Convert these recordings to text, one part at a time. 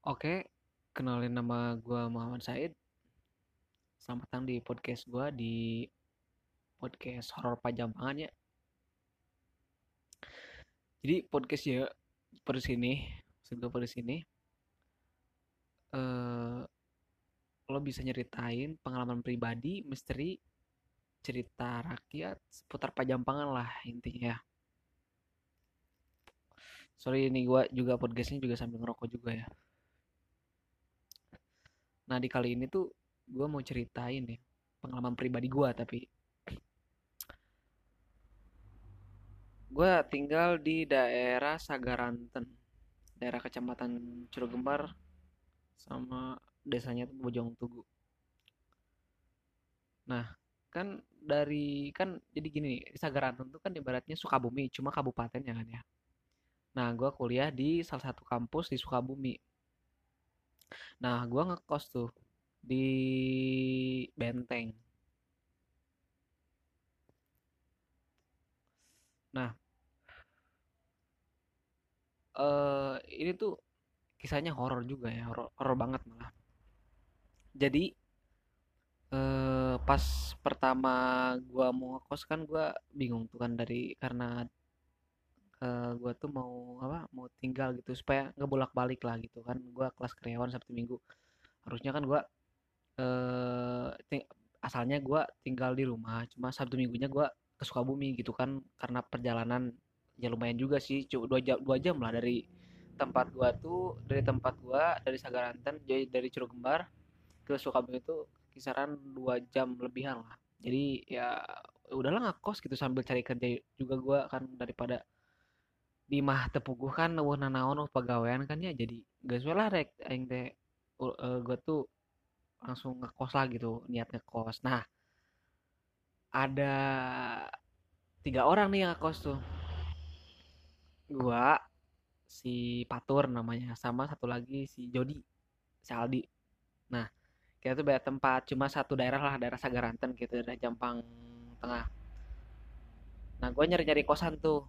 Oke, kenalin nama gue Muhammad Said. Selamat datang di podcast gue di podcast horor Pajampangan ya. Jadi podcast ya pada sini, maksud gue pada sini, eh lo bisa nyeritain pengalaman pribadi, misteri, cerita rakyat seputar Pajampangan lah intinya ya. Sorry ini gue juga podcastnya juga sambil ngerokok juga ya. Nah di kali ini tuh gue mau ceritain ya pengalaman pribadi gue tapi gue tinggal di daerah Sagaranten, daerah Kecamatan Cirogembar sama desanya tuh Bojong Tugu. Nah, kan jadi gini nih, Sagaranten tuh kan ibaratnya Sukabumi, cuma kabupatennya kan ya. Nah, gue kuliah di salah satu kampus di Sukabumi. Nah, gue ngekos tuh di Benteng. Nah, ini tuh kisahnya horor juga ya, horor, horor banget malah. Jadi pas pertama gua mau ngekos kan gua bingung tuh kan karena gue tuh mau apa mau tinggal gitu supaya nggak bolak-balik lah gitu kan gue kelas karyawan Sabtu Minggu harusnya kan gue asalnya gue tinggal di rumah cuma Sabtu Minggunya gue ke Sukabumi gitu kan karena perjalanan ya lumayan juga sih cuma 2 jam lah dari tempat gua dari Sagaranten jadi dari Cirogembar ke Sukabumi itu kisaran 2 jam lebihan lah jadi ya udahlah ngekos gitu sambil cari kerja juga gua kan daripada di mah tepuguh kan eueuh nanaon pagawean kan ya jadi geus we lah rek aing teh gua tuh langsung ngekos lah gitu niat ngekos. Nah ada 3 orang nih yang ngekos tuh, gua si Patur namanya sama satu lagi si Jody si Aldi. Nah kita tuh beda tempat cuma satu daerah lah daerah Sagaranten gitu daerah Jampang Tengah. Nah gua nyari-nyari kosan tuh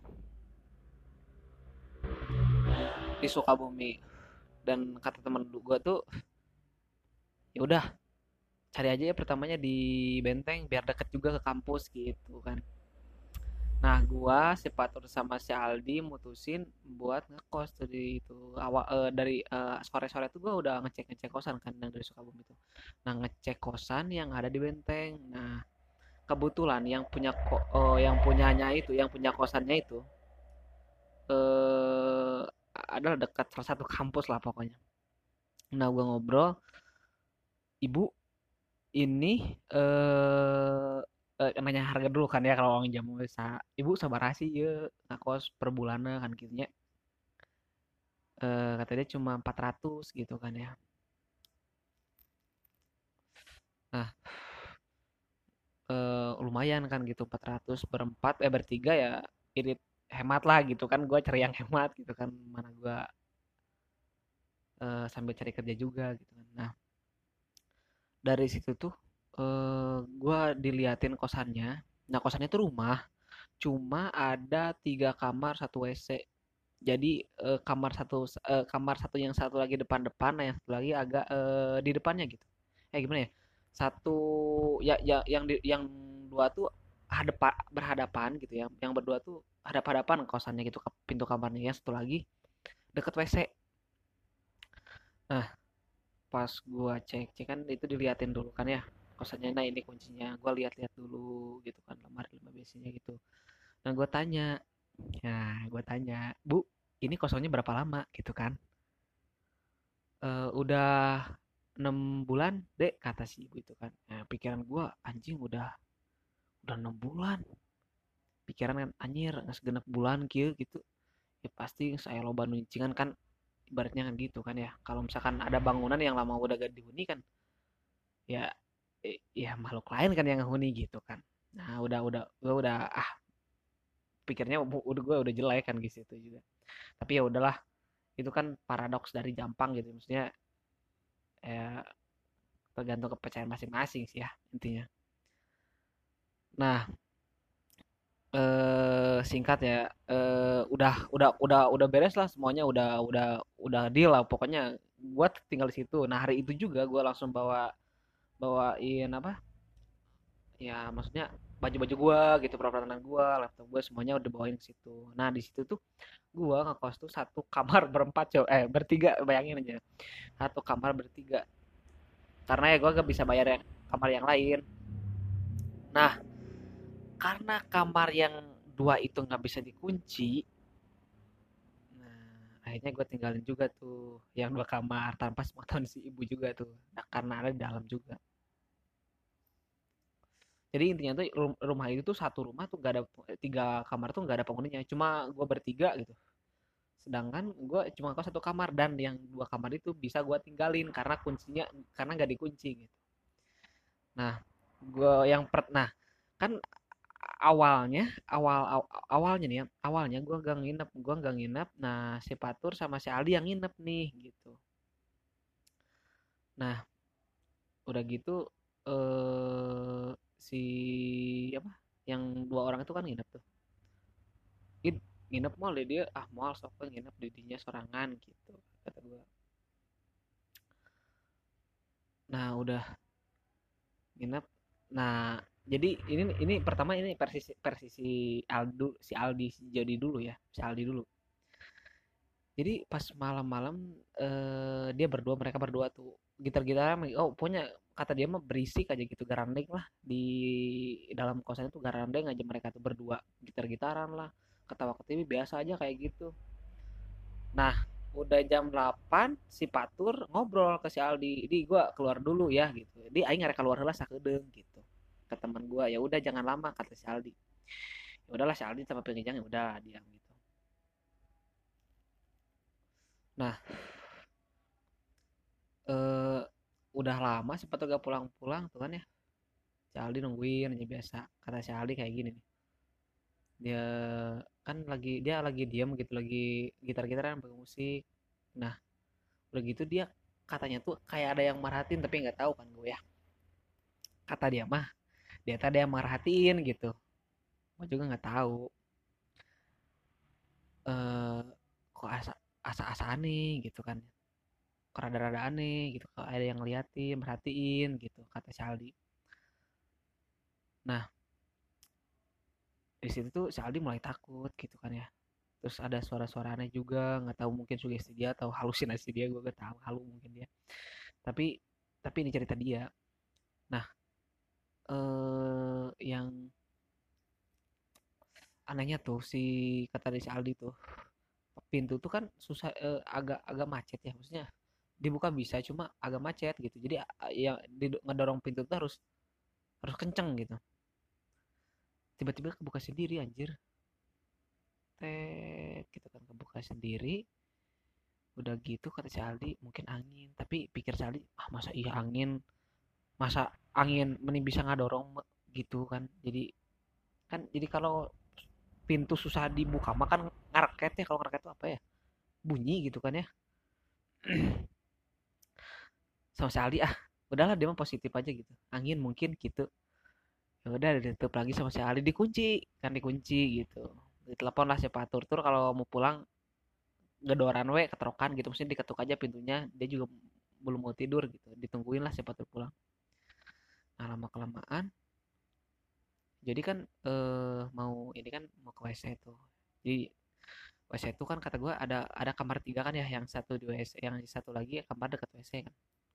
di Sukabumi dan kata temen gua tuh ya udah cari aja ya pertamanya di Benteng biar deket juga ke kampus gitu kan. Nah, gua si Patur sama si Aldi mutusin buat ngekos tuh di itu awal dari sore-sore tuh gua udah ngecek-ngecek kosan kan yang dari Sukabumi itu. Nah, ngecek kosan yang ada di Benteng. Nah, kebetulan yang punyanya itu, yang punya kosannya itu eh adalah dekat salah satu kampus lah pokoknya. Nah, gua ngobrol, "Ibu, ini nanya harga dulu kan ya kalau uang jamu ibu sabar sih ya ngakos per bulannya kan gitu nya katanya cuma 400 gitu kan ya. Nah lumayan kan gitu 400 berempat bertiga ya irit hemat lah gitu kan gue cari yang hemat gitu kan mana gue sambil cari kerja juga gitu kan. Nah dari situ tuh gue diliatin kosannya. Nah kosannya tuh rumah cuma ada 3 kamar 1 WC. Jadi kamar satu yang satu lagi depan-depan, nah yang satu lagi agak di depannya gitu. Gimana ya? Satu yang dua tuh berhadapan gitu ya. Yang berdua tuh hadap-hadapan kosannya gitu ke pintu kamarnya. Yang satu lagi deket WC. Nah, pas gua cek kan itu diliatin dulu kan ya. Kosannya nah ini kuncinya. Gua lihat-lihat dulu gitu kan lemari biasanya gitu. Nah, gua tanya, "Bu, ini kosongnya berapa lama?" gitu kan. Udah 6 bulan dek kata si ibu itu kan. Nah, pikiran gue anjing udah 6 bulan pikiran kan anjir nggak segenap bulan kia gitu ya pasti saya loba nuncingan kan ibaratnya kan gitu kan ya kalau misalkan ada bangunan yang lama udah gak dihuni kan ya ya makhluk lain kan yang ngehuni gitu kan. Nah udah gue udah pikirnya udah gue udah jelek kan gitu juga tapi ya udahlah itu kan paradoks dari Jampang gitu maksudnya ya tergantung kepercayaan masing-masing sih ya intinya. Nah, singkat ya, udah beres lah semuanya udah deal lah pokoknya gue tinggal di situ. Nah hari itu juga gue langsung bawain apa ya, maksudnya baju-baju gue gitu, peralatan gue, laptop gue, semuanya udah bawain ke situ. Nah di situ tuh gue ngekos tuh satu kamar berempat, bertiga, bayangin aja, satu kamar bertiga, karena ya gue gak bisa bayar yang kamar yang lain. Nah karena kamar yang dua itu nggak bisa dikunci, nah akhirnya gue tinggalin juga tuh yang dua kamar tanpa sepengetahuan si ibu juga tuh, nah, karena ada di dalam juga. Jadi intinya tuh rumah itu tuh satu rumah tuh gak ada, tiga kamar tuh gak ada penghuninya, cuma gue bertiga gitu. Sedangkan gue cuma kos satu kamar, dan yang dua kamar itu bisa gue tinggalin karena kuncinya, karena gak dikunci gitu. Nah nah kan awalnya awalnya nih ya, awalnya gue gak nginep, nah si Patur sama si Aldi yang nginep nih gitu. Nah udah gitu si apa, yang dua orang itu kan nginep tuh. Nginep mal deh dia, ah mal sok nginep di dinya sorangan gitu kata gue. Nah udah nginep, nah jadi ini pertama, ini versi si Jody dulu ya, si Aldi dulu. Jadi pas malam-malam mereka berdua tuh gitar-gitaran, oh punya, kata dia mah berisik aja gitu, garandeng lah di dalam kosan itu, garandeng aja mereka tuh berdua, gitar-gitaran lah, ketawa-ketiwi biasa aja kayak gitu. Nah udah jam 8 si Patur ngobrol ke si Aldi, di gua keluar dulu ya gitu, di aing ngarek keluar heula sakedeung gitu ke teman gua. Ya udah jangan lama kata si Aldi. Ya udahlah si Aldi sama penginjang, ya udah diam gitu. Nah eh udah lama si Patur gak pulang-pulang tuh kan ya, si Aldi nungguin aja biasa. Kata si Aldi kayak gini nih, dia kan lagi diam gitu, lagi gitar-gitaran pakai musik. Nah udah gitu dia katanya tuh kayak ada yang merhatiin, tapi nggak tahu kan gue ya. Kata dia mah dia tadi yang merhatiin gitu, gue juga nggak tahu. eh Kok asa aneh gitu kan, kok rada-rada aneh gitu, kok ada yang ngeliatin merhatiin gitu kata si Aldi. Nah di situ tuh si Aldi mulai takut gitu kan ya. Terus ada suara-suara aneh juga, nggak tahu mungkin sugesti dia atau halusinasi dia, gue gak tahu, halu mungkin dia. Tapi tapi ini cerita dia. Nah yang anehnya tuh, kata dari si Aldi tuh, pintu tuh kan susah, agak agak macet ya, maksudnya dibuka bisa cuma agak macet gitu. Jadi yang ngedorong pintu tuh harus harus kenceng gitu. Tiba-tiba kebuka sendiri anjir, tet gitu kan, kebuka sendiri. Udah gitu kata si Aldi mungkin angin, tapi pikir si Aldi, ah masa iya angin, masa angin mending bisa ngadorong gitu kan. Jadi kalau pintu susah dibuka makan ngereket ya, kalau ngereket itu apa ya, bunyi gitu kan ya. Sama si Aldi, ah udahlah dia mah positif aja gitu, angin mungkin gitu. Ya udah ditutup lagi sama si Ali, dikunci kan, dikunci gitu. Ditelepon lah si Patur, tur kalau mau pulang gedoran we keterokan gitu, mesti diketuk aja pintunya, dia juga belum mau tidur gitu, ditungguin lah si Patur pulang. Nah lama kelamaan jadi kan mau ini kan mau ke WC tuh. Jadi WC itu kan kata gue ada kamar tiga kan ya, yang satu di WC, yang satu lagi kamar dekat WC kan.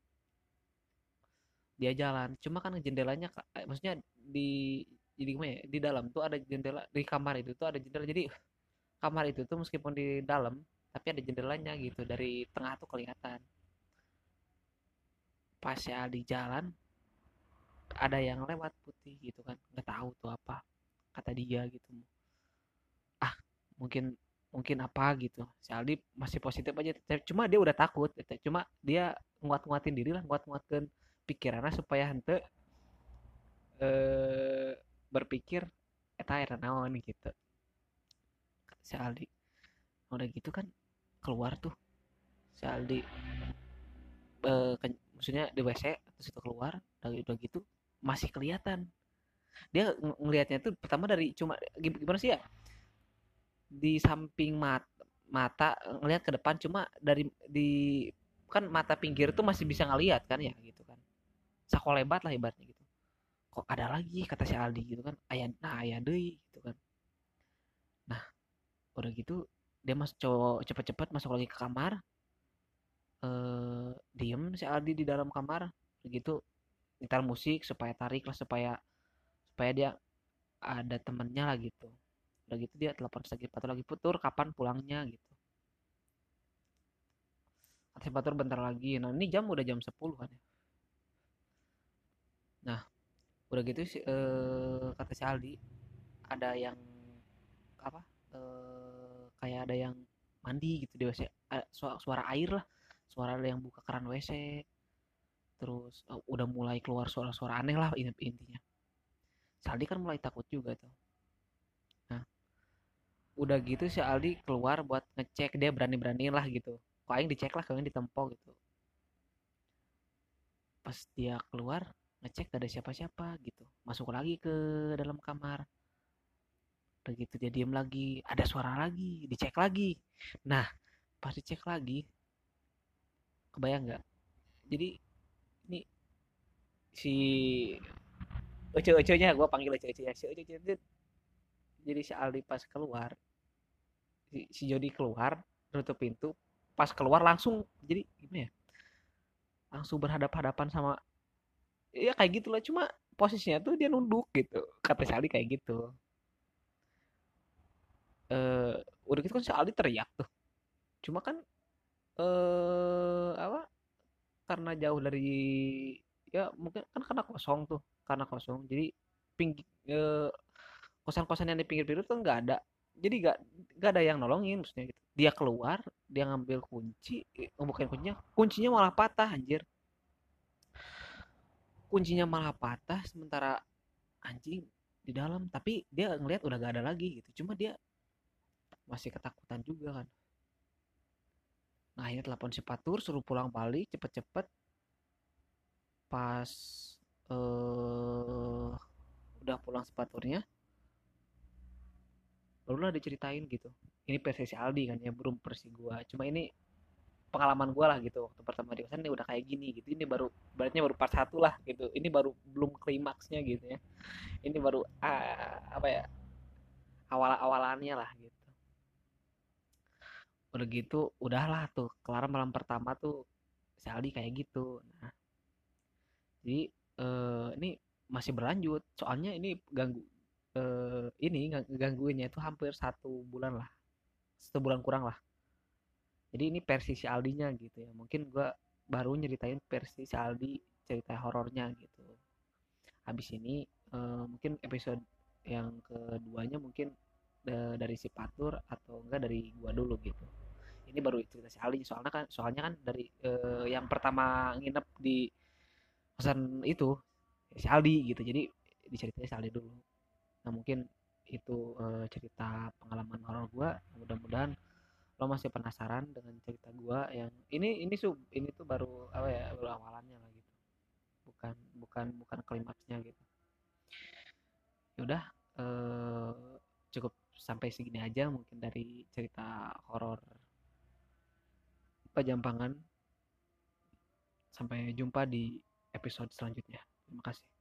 Dia jalan cuma kan jendelanya, maksudnya di jadi gimana ya, di dalam tuh ada jendela, di kamar itu tuh ada jendela. Jadi kamar itu tuh meskipun di dalam tapi ada jendelanya gitu, dari tengah tuh kelihatan. Pas ya di jalan ada yang lewat putih gitu kan, nggak tahu tuh apa, kata dia gitu. Ah mungkin mungkin apa gitu, si Aldi masih positif aja, cuma dia udah takut gitu. Cuma dia nguat-nguatin diri lah, nguat-nguatkan pikirannya supaya hente eh, berpikir eta era naon gitu, si Aldi. Udah gitu kan keluar tuh si Aldi, maksudnya di WC, terus itu keluar. Udah gitu masih kelihatan, dia ngelihatnya tuh pertama dari cuma gimana sih ya, di samping mata ngelihat ke depan, cuma dari di kan mata pinggir tuh masih bisa ngelihat kan ya gitu kan, sakolebat lah ibaratnya gitu. Kok ada lagi kata si Aldi gitu kan, ayah nah ayah deui gitu kan. Nah udah gitu dia masuk cowok cepet-cepet masuk lagi ke kamar, diem si Aldi di dalam kamar begitu, nyetel musik supaya tarik lah, supaya supaya dia ada temennya lah gitu. Udah gitu dia telepon lagi Fatur, lagi Putur kapan pulangnya gitu, kata Fatur bentar lagi. Nah ini jam udah jam 10 kan ya. Nah udah gitu si kata si Aldi ada yang apa, kayak ada yang mandi gitu di WC, suara air lah, suara ada yang buka keran WC, terus udah mulai keluar suara-suara aneh lah intinya. Saldi kan mulai takut juga tuh. Nah udah gitu si Aldi keluar buat ngecek, dia berani-beraniin lah gitu, kok aing dicek lah, kalian ditempo gitu. Pas dia keluar ngecek gak ada siapa-siapa gitu, masuk lagi ke dalam kamar. Udah gitu dia diem lagi, ada suara lagi, dicek lagi. Nah pas dicek lagi, kebayang nggak, jadi ini si Ece-ecenya, gue panggil Ece-ece ya, si Ece, jadi si Aldi pas keluar, si Jody keluar nutup pintu, pas keluar langsung jadi gimana ya, langsung berhadap-hadapan sama, ya kayak gitulah, cuma posisinya tuh dia nunduk gitu, kata si Aldi kayak gitu. eh Udah gitu kan si Aldi teriak tuh, cuma kan apa, karena jauh dari, ya mungkin kan karena kosong tuh, karena kosong jadi pinggir, kosan-kosan yang di pinggir-pinggir tuh nggak ada, jadi nggak ada yang nolongin maksudnya gitu. Dia keluar, dia ngambil kunci, ngebukain kuncinya, kuncinya malah patah anjir, kuncinya malah patah, sementara anjing di dalam, tapi dia ngelihat udah gak ada lagi gitu, cuma dia masih ketakutan juga kan. Nah akhirnya telepon si Patur suruh pulang balik cepet-cepet. Pas udah pulang sepaturnya, barulah diceritain gitu, ini versi si Aldi kan ya, belum versi gua, cuma ini pengalaman gue lah gitu, waktu pertama di kosan ini udah kayak gini gitu, ini baru beratnya baru part satu lah gitu, ini baru belum klimaksnya gitu ya, ini baru apa ya, awal-awalannya lah gitu. Udah gitu udahlah tuh kelar malam pertama tuh si Aldi kayak gitu. Nah jadi ini masih berlanjut soalnya ini ganggu, ini gangguinnya itu hampir 1 bulan lah, 1 bulan kurang lah. Jadi ini versi si Aldinya gitu ya, mungkin gue baru nyeritain versi si Aldi cerita horornya gitu. Habis ini mungkin episode yang keduanya mungkin dari si Patur atau enggak dari gua dulu gitu. Ini baru cerita si Aldi, soalnya kan dari yang pertama nginep di kosan itu si Aldi gitu, jadi diceritain si Aldi dulu. Nah mungkin itu cerita pengalaman horor gua, mudah-mudahan lo masih penasaran dengan cerita gua yang ini tuh baru apa ya, baru awalannya lah gitu, bukan bukan bukan klimaksnya gitu. Ya udah, eh, cukup sampai segini aja mungkin dari cerita horor Pajampangan. Sampai jumpa di episode selanjutnya. Terima kasih.